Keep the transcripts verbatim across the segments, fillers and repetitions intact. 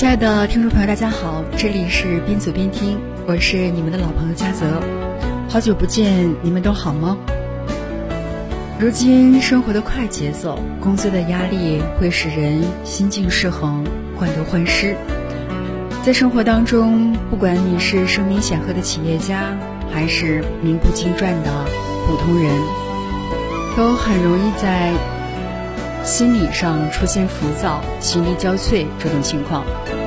亲爱的听众朋友大家好，这里是边走边听，我是你们的老朋友佳泽。好久不见，你们都好吗？如今生活的快节奏，工作的压力会使人心境失衡，患得患失。在生活当中，不管你是声名显赫的企业家，还是名不经传的普通人，都很容易在心理上出现浮躁、心力交瘁这种情况。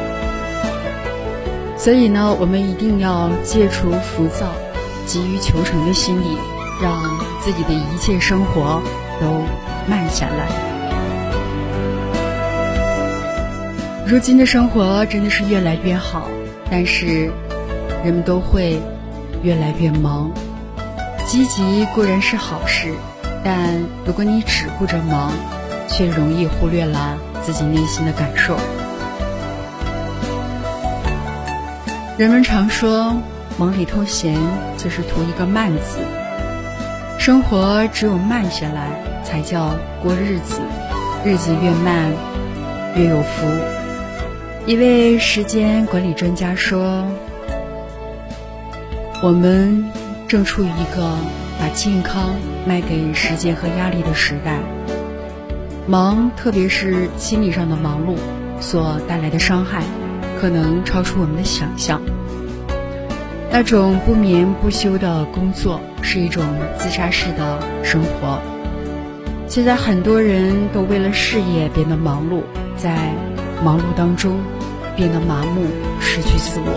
所以呢，我们一定要戒除浮躁、急于求成的心理，让自己的一切生活都慢下来。如今的生活真的是越来越好，但是人们都会越来越忙。积极固然是好事，但如果你只顾着忙，却容易忽略了自己内心的感受。人们常说忙里偷闲，就是图一个慢字。生活只有慢下来才叫过日子，日子越慢越有福。一位时间管理专家说，我们正处于一个把健康卖给时间和压力的时代。忙，特别是心理上的忙碌所带来的伤害，可能超出我们的想象。那种不眠不休的工作是一种自杀式的生活。现在很多人都为了事业变得忙碌，在忙碌当中变得麻木，失去自我。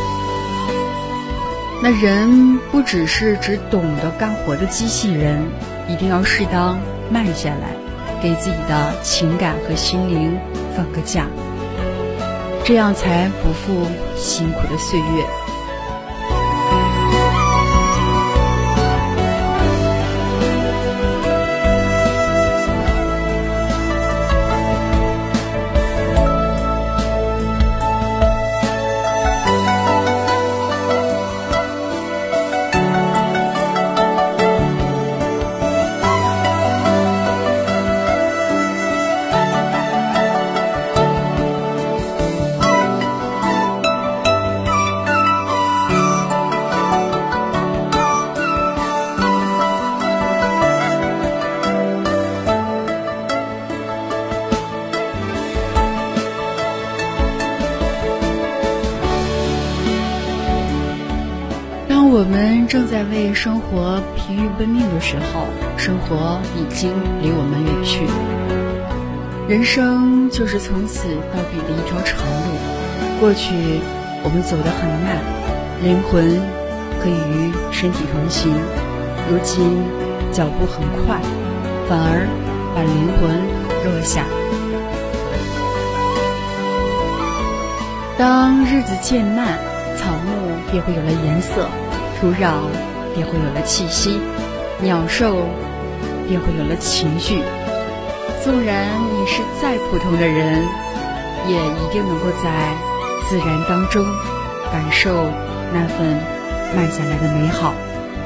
那人不只是只懂得干活的机器人，一定要适当慢下来，给自己的情感和心灵放个假，这样才不负辛苦的岁月。我们正在为生活疲于奔命的时候，生活已经离我们远去。人生就是从此到彼的一条长路，过去我们走得很慢，灵魂可以与身体同行，如今脚步很快，反而把灵魂落下。当日子渐慢，草木便会有了颜色，土壤便会有了气息，鸟兽便会有了情绪。纵然你是再普通的人，也一定能够在自然当中感受那份慢下来的美好。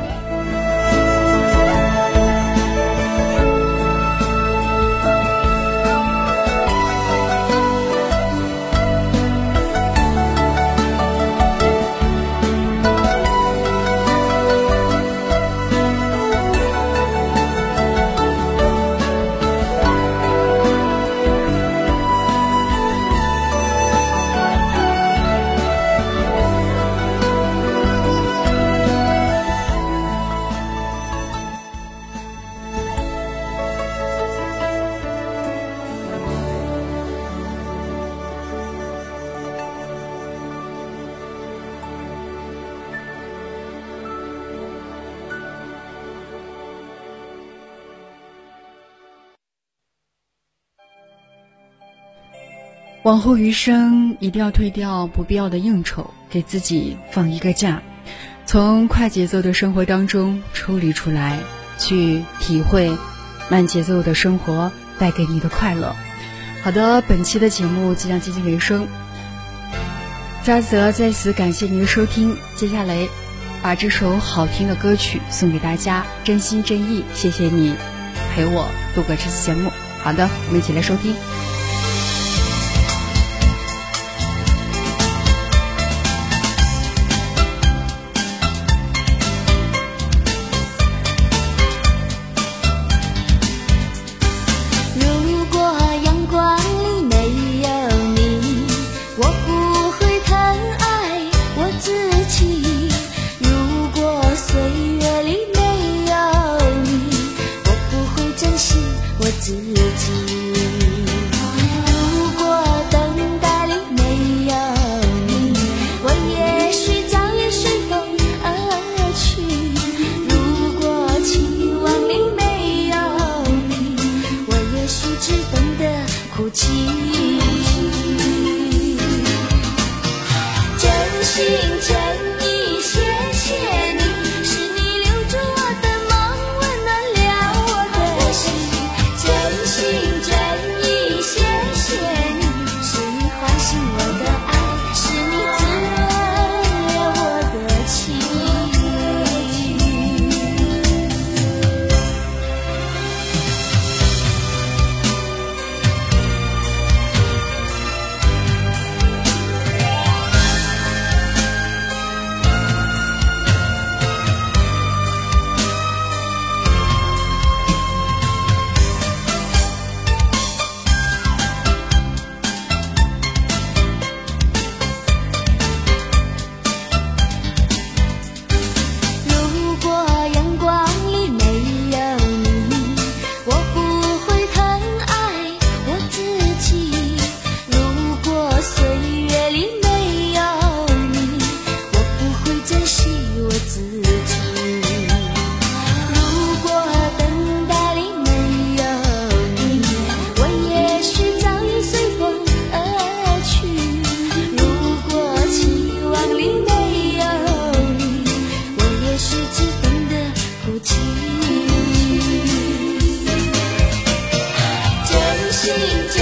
往后余生一定要退掉不必要的应酬，给自己放一个假，从快节奏的生活当中抽离出来，去体会慢节奏的生活带给你的快乐。好的，本期的节目即将接近尾声，佳泽在此感谢您的收听。接下来把这首好听的歌曲送给大家，真心真意谢谢你陪我度过这期节目。好的，我们一起来收听。 哭泣。真心真意谢谢你，是你留住我的梦，温暖了我的心。真心真意谢谢你，是你唤醒我的爱，是你滋润了我的情。真心